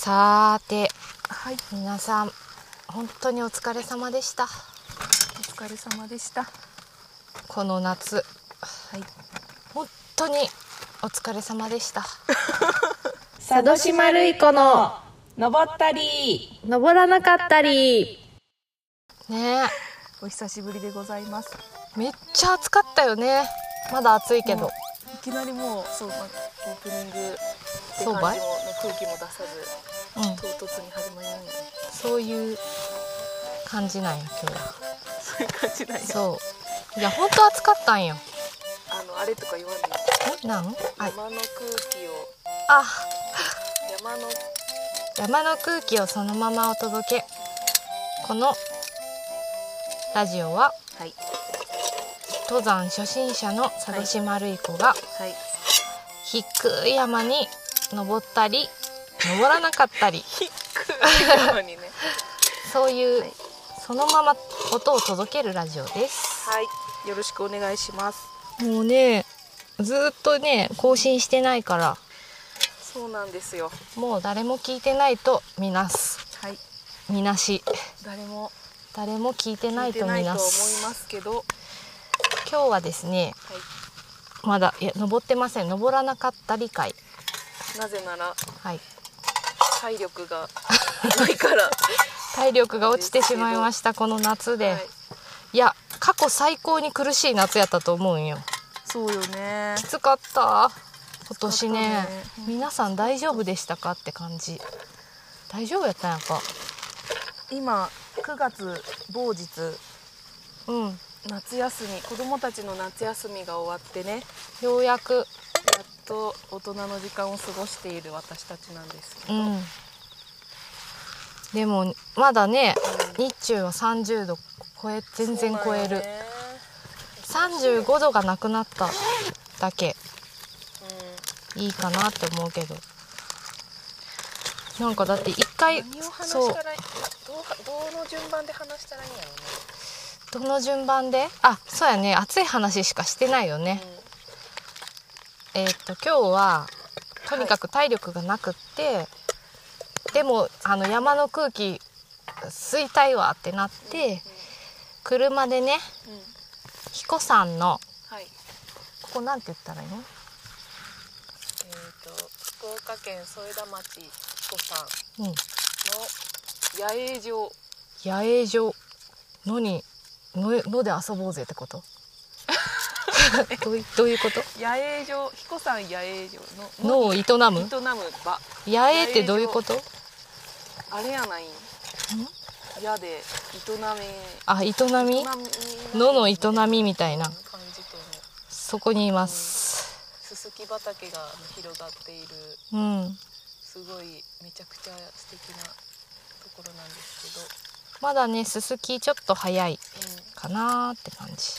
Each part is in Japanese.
さーて、 はい、 皆さん本当にお疲れ様でした。 お疲れ様でした。 この夏、 はい、 本当にお疲れ様でした。 佐渡島るい子の登ったり登らなかったりね。 お久しぶりでございます。 めっちゃ暑かったよね。まだ暑いけど、 いきなりもうそう、オープニングってそうばい感じもの空気も出さず、 うん、 唐突に始まりなんよね。 そういう感じなんや今日は。 そういう感じなんや。 そういや本当暑かったんよ。 あれとか言わんでいい。 なん山の空気をあ山の山の空気をそのままお届け。このラジオは、 はい、 登山初心者の佐渡島るい子が、 はい、 低い山に登ったり登らなかったり低い山にねそういう、 はい、 そのまま音を届けるラジオです。 はい、よろしくお願いします。 もうね、ずっとね更新してないから、 そうなんですよ。 もう誰も聞いてないとみなす。 はい、 みなし。 誰も聞いてないと聞いてないと思いみなす。 ますけど、 今日はですね、 はい、 まだ登ってません。登らなかったり会。 なぜならはい。 体力がないから体力が落ちてしまいましたこの夏で、 はい、 いや過去最高に苦しい夏やったと思うんよ。 そうよね。 きつかった今年ね。 きつかったね。 皆さん大丈夫でしたかって感じ。大丈夫やったんやか。 今9月某日、 うん、 夏休み、子供たちの夏休みが終わってね、 ようやく、 やっと大人の時間を過ごしている私たちなんですけど、 でもまだね、日中は30度全然超える、35度がなくなっただけいいかなって思うけど、なんかだって一回、 何を話そうしたらどの順番で話したらいいんやろどの順番で、そうやね、暑い話しかしてないよね。今日はとにかく体力がなくって、でも山の空気吸いたいわってなって、車でね、彦山の、 はい、 ここなんて言ったらいいの？ 福岡県添田町彦山うん、 の野営場。 野営場ので遊ぼうぜってことどういうこと？ 野営場、彦山野営場のを営む場。 野営ってどういうこと？ あれやないん。野で営みの営みみたいな感じとね。 そこにいます。 すすき畑が広がっている、すごいめちゃくちゃ素敵なところなんですけど、 まだね、すすきちょっと早いかなって感じで、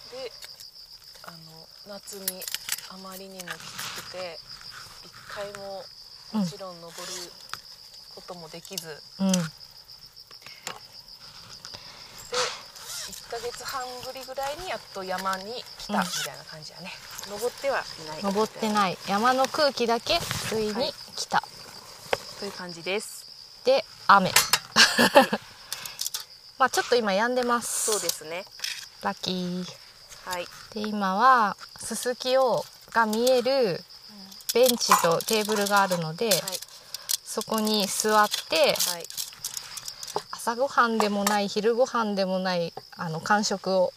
夏にあまりにもきつくて一回ももちろん登ることもできず、で1ヶ月半ぶりぐらいにやっと山に来たみたいな感じやね。登ってはいない。 登ってない。山の空気だけついに来た、 という感じです。 で、雨まあちょっと今止んでます。 そうですね。 ラッキー。 はい。 で、今はすすきが見えるベンチとテーブルがあるので、そこに座って、朝ごはんでもない昼ごはんでもない間食を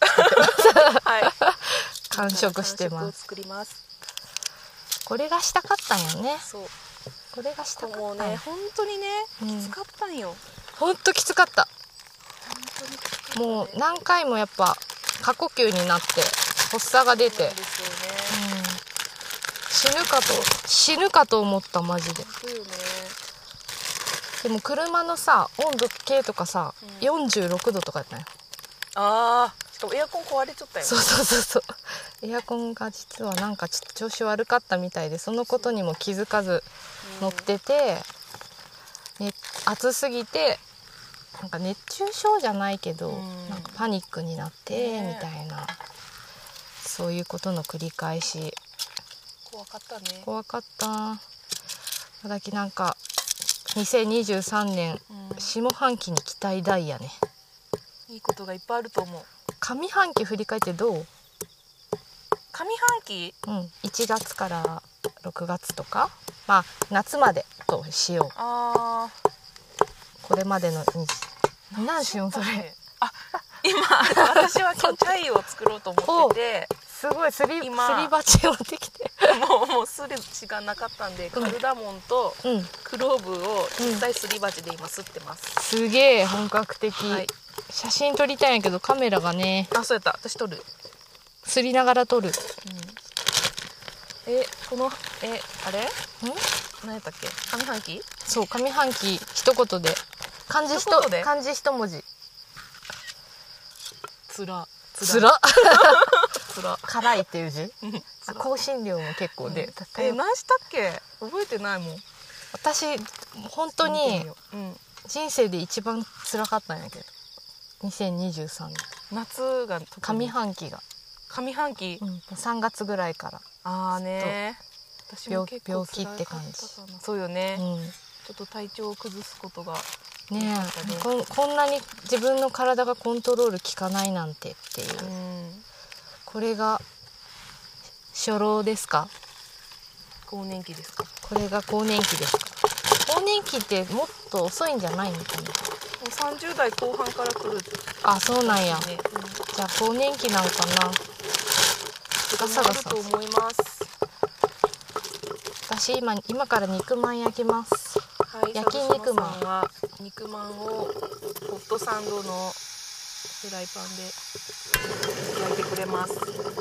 完食してます。 作ります。 これがしたかったんよね。 そう。 これがしたかったんよ。 もうね、本当にね、きつかったんよ。 本当きつかった。 本当にきつかったね。 もう何回もやっぱ過呼吸になって発作が出て、 そうですよね。 死ぬかと思ったマジで。 そうよね。 でも車のさ温度計とかさ、46度とかやったよ。 しかもエアコン壊れちゃったよ。 そうエアコンが実はなんかちょっと調子悪かったみたいで、そのことにも気づかず乗ってて、暑すぎてなんか熱中症じゃないけど、なんかパニックになってみたいな、そういうことの繰り返し。 怖かったね。 怖かった。だけなんか 2023年下半期に期待大やね。 いいことがいっぱいあると思う。 上半期振り返ってどう？ 上半期、 1月から6月とか、まあ夏までとしよう。 あこれまでの何しようそれ。 あ、今私は今日チャイを作ろうと思ってて、 すごいすり鉢持ってきてもうすり鉢がなかったんで、カルダモンとクローブを実際すり鉢で今すってます。 すげえ本格的、 はい、 写真撮りたいんやけどカメラがね。 あ、そうやった、私撮る。 すりながら撮る。 このあれ？何やったっけ？上半期？ そう、上半期一言で漢字一文字。 つら辛いっていう字。香辛料も結構で、 何したっけ？覚えてないもん。 私本当に人生で一番辛かったんやけど、2023年夏が上半期が 3 月ぐらいから。 あーね、私も結構病気って感じ。 そうよね、ちょっと体調を崩すことがねえ、こんなに自分の体がコントロール効かないなんてっていう、これが初老ですか？ 更年期ですか？ これが更年期ですか？更年期ってもっと遅いんじゃないのかな。もう30代後半から来る。 あ、そうなんや、じゃあ更年期なんかな。 ガサガサと思います。 私今から肉まん焼きます。 はい、 焼き肉まんは肉まんをホットサンドのフライパンで焼いてくれます。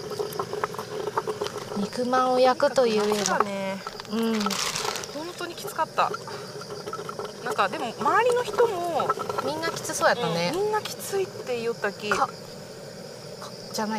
肉まんを焼くというえばね、本当にきつかった。なんかでも周りの人もみんなきつそうやったね、 みんなきついって言ったきじゃない。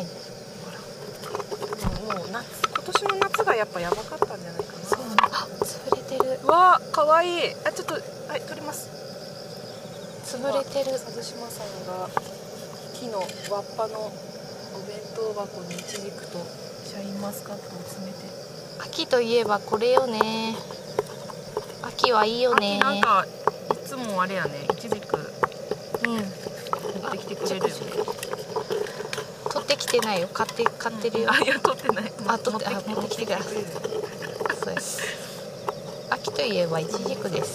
もう今年の夏がやっぱやばかったんじゃないかな。 そうなんだ。潰れてる。 うわー、かわいい。ちょっとはい取ります。 潰れてる。 佐島さんが木のわっぱのお弁当箱にイチジクとシャインマスカットを詰めて。 秋といえばこれよね。秋はいいよね。 秋なんかいつもあれやね、イチジク持ってきてくれるよね。 取ってきてないよ。買ってるよ。 いや取ってない。 持ってきてください。そうです。秋といえばイチジクです。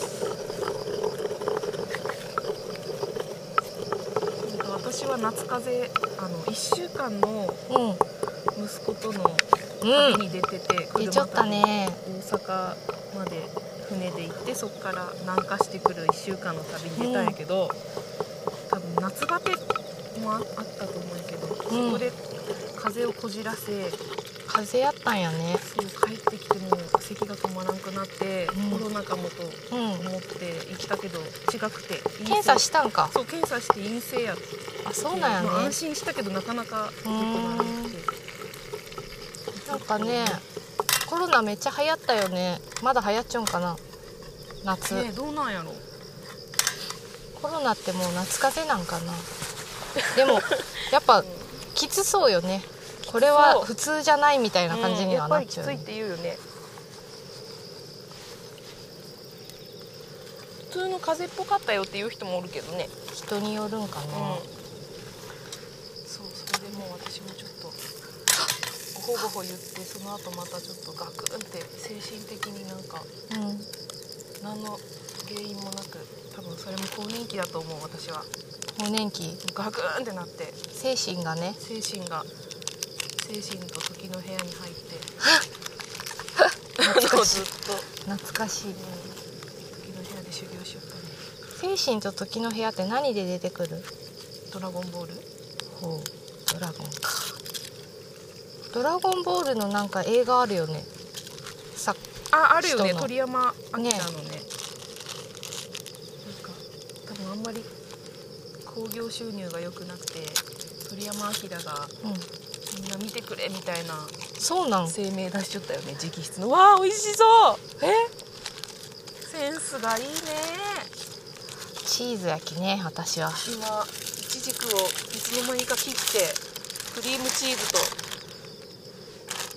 私は夏風邪1週間の息子との旅に出てて、 出ちゃったね。 大阪まで船で行って、そこから南下してくる1週間の旅に出たんやけど、多分夏バテもあったと思うんやけど、そこで風邪をこじらせ、 風邪やったんやね。 そう帰ってきても咳が止まらんくなって、コロナかもと思って行ったけど違くて、 検査したんか。 そう、検査して陰性やって。 あ、そうなんやね。 安心したけどなかなか良くならなくて。 なんかね、コロナめっちゃ流行ったよね。まだ流行っちゃうんかな、夏。 どうなんやろ。 コロナってもう夏風邪なんかな。でもやっぱきつそうよね。これは普通じゃないみたいな感じにはなっちゃう、 やっぱりきついって言うよね。普通の風邪っぽかったよっていう人もおるけどね。 人によるんかな。 そう、それでもう私もちょっとごほごほ言って、その後またちょっとガクンって精神的になんか、何の原因もなく、多分それも更年期だと思う。私は更年期ガクンってなって、 精神がね、 精神と時の部屋に入って懐かしい。 ずっと懐かしい、 時の部屋で修行しよったね。 精神と時の部屋って何で出てくる？ ドラゴンボール。 ほう、ドラゴンか。ドラゴンボールのなんか映画あるよね。 あるよね、鳥山明のね。なんか多分あんまり興行収入が良くなくて、鳥山明がみんな見てくれみたいな、 そうなん声明出しちゃったよね、直筆の。わあ、美味しそう。センスがいいね。 チーズ焼きね、私は。 今イチジクをいつの間にか切って、クリームチーズ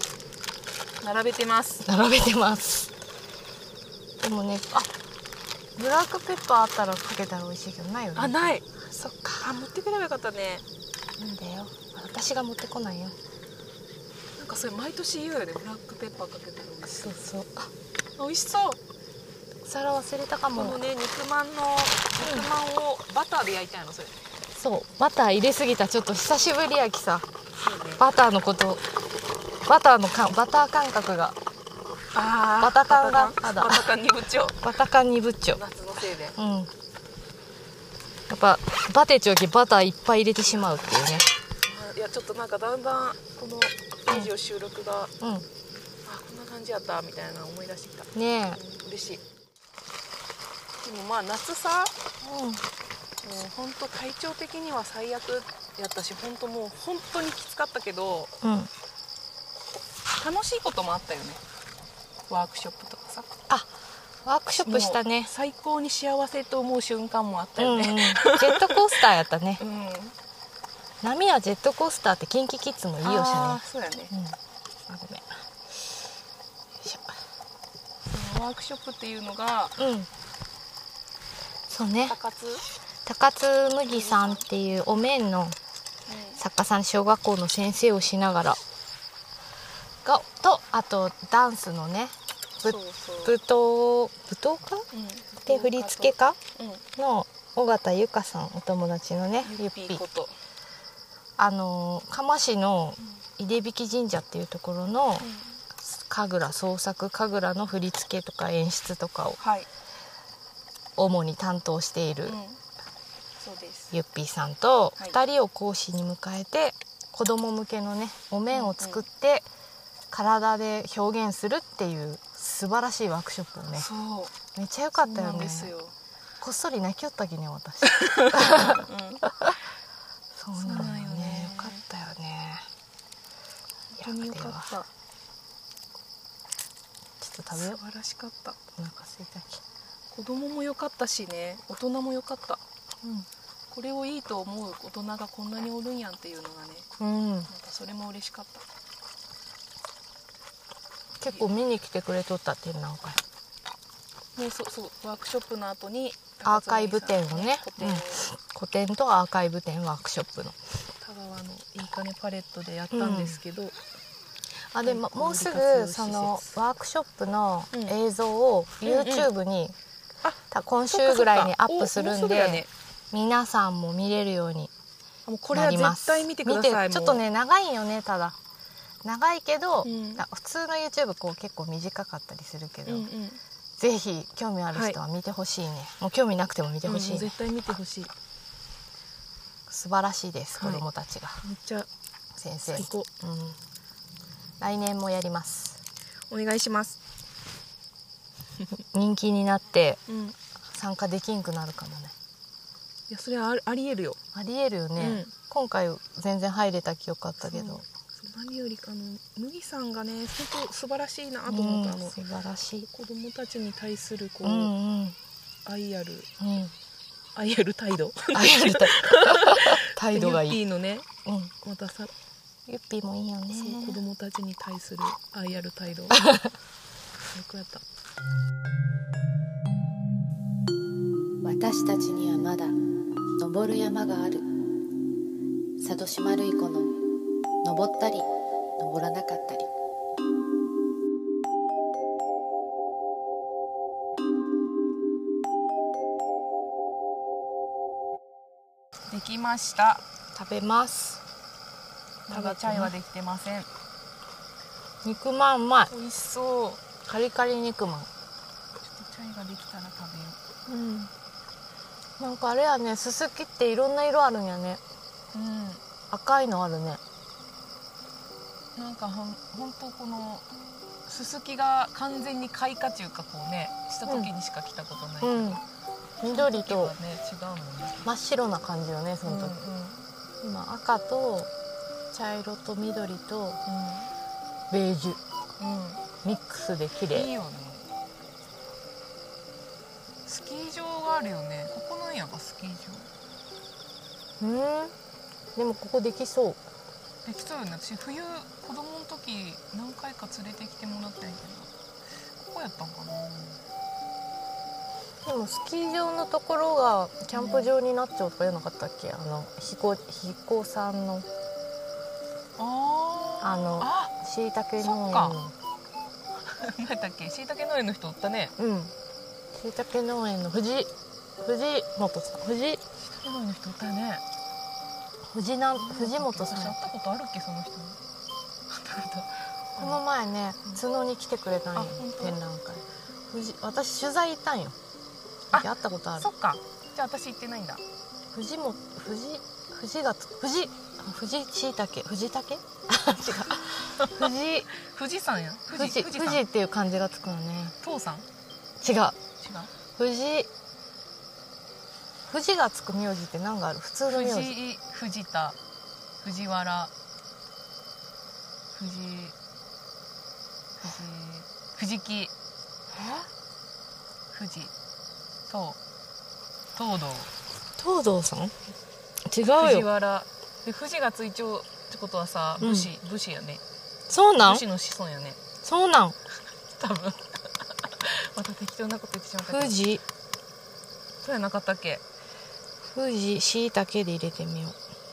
と並べてます。 並べてます。でもね、 ブラックペッパーあったらかけたら美味しいけどないよね。 あ、ない。 そっか。 あ、持ってくればよかったね。 なんだよ、私が持ってこないよ。 なんかそれ毎年言うよね、ブラックペッパーかけたら美味しい。 そうそう。あ、 美味しそう。 お皿忘れたかも。 このね、肉まんをバターで焼いたいのそれ。 そう、バター入れすぎた。ちょっと久しぶりやきさ、 そうね。 バターのこと、バター感覚が、 あー、 バタ感がバタ感にぶっちょ。 バタ感にぶっちょ。 夏のせいで。 うん。やっぱバテチョキバターいっぱい入れてしまうっていうね。 いや、ちょっとなんかだんだんこのラジオ収録が、 うん。 あ、こんな感じやったみたいな思い出してきた。 ね嬉しい。でもまあ夏さ、 え。うん。 もう本当体調的には最悪やったし、本当もう本当にきつかったけど、 うん。 楽しいこともあったよね。ワークショップとかさ。 あ、ワークショップしたもうね。 最高に幸せと思う瞬間もあったうんうん。 よジね。 ェットコースターやったね。 うん。 波はジェットコースターってキンキキッズもいいよしね。 あー、そうやね。 うん。あ、ごめん。よいしそのワークショップっていうのがょ。うん。そうね。 高津、 高津麦さんっていうお面の作家さん、小学校の先生をしながらと、あとダンスのね、 そうそう、 舞踏家で振付家うん、 の尾形由香さん、お友達のね、 ゆっぴーこと、 釜市の井出引神社っていうところの神楽創作、神楽の振り付けとか演出とかをはい、 主に担当しているそうです。 ゆっぴーさんとはい 2人を講師に迎えて、子供向けのねお面を作って体で表現するっていう素晴らしいワークショップをね、 そうめっちゃ良かったよなんね。 ですよ。 こっそり泣きよったきね私。 うん、 そうなのよそうなんよね。 ねよかったよね。 本当によかやばいわった。 ちょっと食べよう。 素晴らしかった。 お腹空いたき。 子供も良かったしね、大人も良かった。 うんこれをいいと思う大人がこんなにおるんやんっていうのがね、 うん、 なんかそれも嬉しかった。 結構見に来てくれとったっていうなんかもうそうワークショップの後にアーカイブ展をね、 個展を古典とアーカイブ展ワークショップの田川のいいかねパレットでやったんですけど、 でもうすぐそのワークショップの映像を YouTube に、今週ぐらいにアップするんで、皆さんも見れるようにもうこれは絶対見てください。 ちょっとね長いんよね。ただ長いけど、 うん普通の YouTube こう結構短かったりするけど、 うんうん、 ぜひ興味ある人は見てほしいね、もう興味なくても見てほしいね、 絶対見てほしい。 素晴らしいです、子供たちが。 めっちゃ先生最高。 来年もやります。 お願いします。 人気になってうん、 参加できんくなるかもね。 いやそれはありえるよ。 ありえるよね、今回全然入れたきよかったけど、 そう何より麦さんがね本当素晴らしいなと思った。 素晴らしい。 子供たちに対するこう、愛ある態度態度がいい。 ユッピーのね、またさユッピーもいいよね。 子供たちに対する愛ある態度よくやった。 私たちにはまだ登る山がある。佐渡島るい子の登ったり登らなかったり。 できました。 食べます。 ただチャイはできてません。 肉まんうまい。 美味しそう。 カリカリ肉まん。 ちょっとチャイができたら食べよう。 なんかあれやね、すすきっていろんな色あるんやね。赤いのあるね。 なんか本当このすすきが完全に開花中かこうねした時にしか着たことないけど、 緑とね違うもんね。 真っ白な感じよねその時。今赤と茶色と緑とベージュ、ミックスで綺麗。 いいよね。スキー場があるよね。ここなんやがスキー場。 でもここできそう。 できそうよね。私冬子供の時何回か連れてきてもらったんやけど、ここやったんかな。 でもスキー場のところがキャンプ場になっちゃうとか言わなかったっけ？彦さんのしいたけ農園の何だっけ、しいたけ農園の人おったね。 しいたけ農園の藤本さん、しいたけ農園の人おったよね。 藤本さん。 私会ったことあるっけ、その人。 この前ね、角に来てくれたんよ、展覧会。私取材行ったんよ。会ったことある。 そっか。じゃあ私行ってないんだ。 藤しいたけ、藤竹？違う。 富士山や。 富士っていう漢字がつくのね。 父さん？ 違う。藤がつく名字って何がある？普通の名字。 藤田、藤原、藤木、 東堂さん？違うよ。 藤原で藤がついちゃうってことはさ、武士やね。 そうなん？ 武士の子孫やね。 そうなん。 多分また適当なこと言ってしまったけど。 藤そうやなかったっけ？ 藤しいたけで入れてみよう。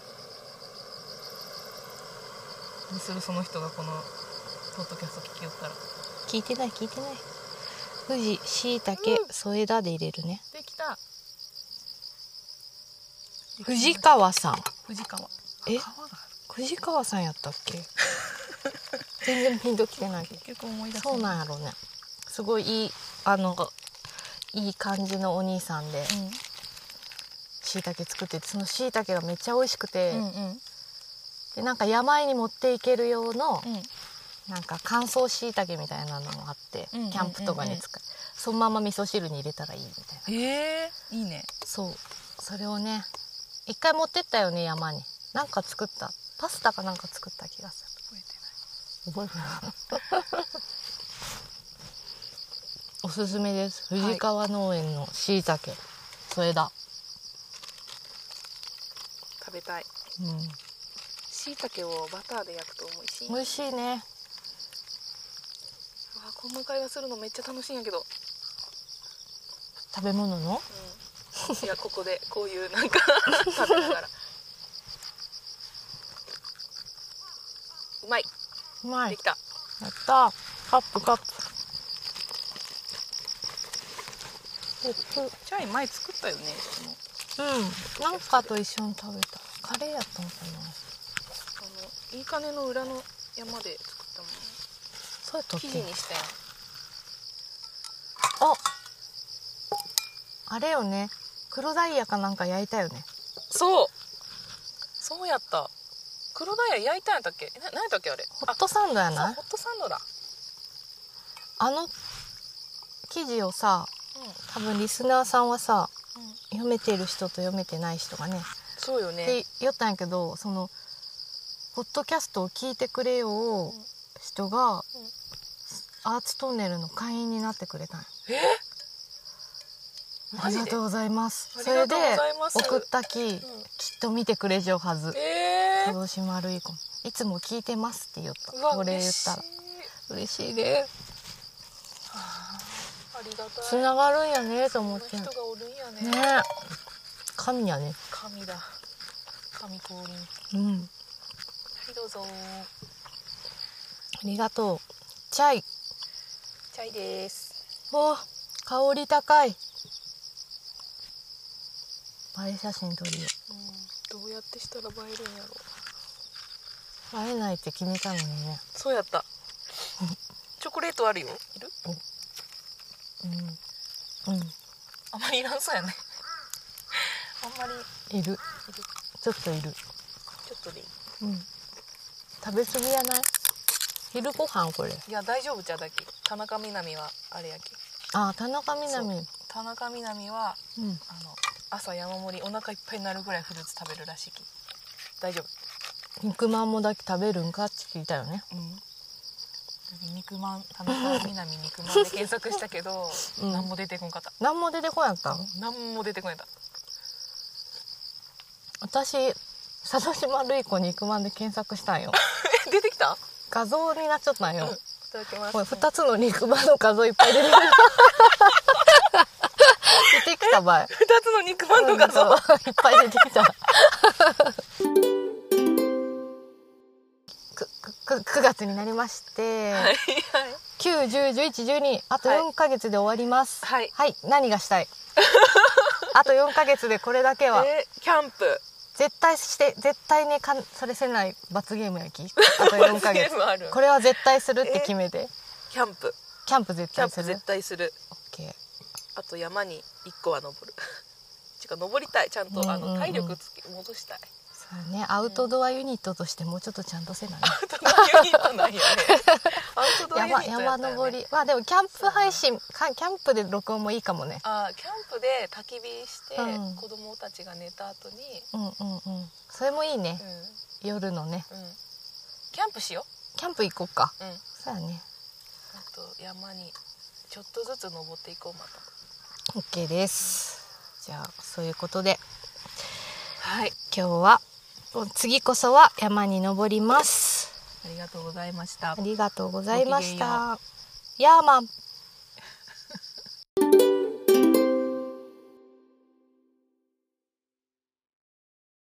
どうする、その人がこのポッドキャスト聞きよったら。 聞いてない。藤しいたけ添田で入れるね。 できた。 藤川さん。 藤川さんやったっけ？全然ピンときてないけど。 結局思い出せない。 そうなんやろうね。すごいいい感じのお兄さんで、しいたけ作ってて、そのしいたけがめっちゃ美味しくて、でなんか山に持っていける用の、なんか乾燥しいたけみたいなのもあって、キャンプとかに使う、そのまま味噌汁に入れたらいいみたいな。 いいね。 そう、それをね一回持ってったよね、山に。なんか作った、パスタかなんか作った気がする。覚えてないおすすめです。藤川農園のしいたけ添田。 食べたい。しいたけをバターで焼くと美味しい。 美味しいね。 こんな会話するのめっちゃ楽しいんやけど。 食べ物の？ いや、ここでこういうなんか食べながら。うまい。できた。 やった。カップ。 チャイ前作ったよね。 なんかと一緒に食べた。カレーやったのかな。 いいかねの裏の山で作ったもん。 そうやったっけ？ 生地にしたやん。 あれよね。黒ダイヤかなんか焼いたよね。 そうやった。黒ダイヤ焼いたんやったっけ？何やったっけあれ？ ホットサンドやない？ ホットサンドだ。 あの生地をさ、多分リスナーさんはさ、読めてる人と読めてない人がね。 そうよね。 って言ったんやけど、そのポッドキャストを聞いてくれよう人が、アーツトンネルの会員になってくれたんや。ありがとうございます。それで送ったきっと見てくれじゃうはず。佐渡島るい子いつも聞いてますって言った。これ言ったら嬉しいで。 ありがたい。 つながるんやねと思って。 人がおるんやね。 ね、神やね。 神だ。神降臨。はい、どうぞ。 ありがとう。チャイです。 お、香り高い。映え写真撮るよ。 どうやってしたら映えるんやろ。 映えないって決めたのにね。 そうやった。チョコレートあるよ。いる？あまりいらんそうやね。あんまりいる。ちょっといる。 ちょっとでいい。 食べ過ぎやない？昼ご飯これ。 いや大丈夫じゃだけ。田中みな実はあれやけ。 田中みな実。 田中みな実は、朝山盛りお腹いっぱいになるぐらいフルーツ食べるらしいき。大丈夫。 肉まんもだけ食べるんかって聞いたよね。 肉まん、田中みな実肉まんで検索したけど、何も出てこんかった。 何も出てこんやった？ 何も出てこんやった。 私佐渡島るい子肉まんで検索したんよ。 出てきた？ 画像になっちゃったんよ。 いただきます。 これ2つの肉まんの画像いっぱい出てくる。 た場合、 2つの肉まんの画像、 いっぱい出てきた。9月になりまして、 はいはい 9、10、11、12、あと4ヶ月で終わります。 はい、 はい、何がしたい？あと4ヶ月でこれだけは。 キャンプ絶対ね、それせない罰ゲームやき。あと4ヶ月。 罰ゲームある。 これは絶対するって決めて。 キャンプ絶対する。 絶対する。 オッケー。 あと山に1個は登る。登りたい。ちゃんと体力戻したい。 そうね、アウトドアユニットとしてもうちょっとちゃんとせなね。 アウトドアユニットなんやね。アウトドアユニットやったよね。 山登り。まあでもキャンプ配信、キャンプで録音もいいかもね。 キャンプで焚き火して、子供たちが寝た後に、 それもいいね。夜のね。 キャンプしよう。キャンプ行こうか。そうやね。 あと山にちょっとずつ登っていこうまた。 OK です。じゃあそういうことで、 はい、 今日は次こそは山に登ります。 ありがとうございました。 ありがとうございました。ヤーマン。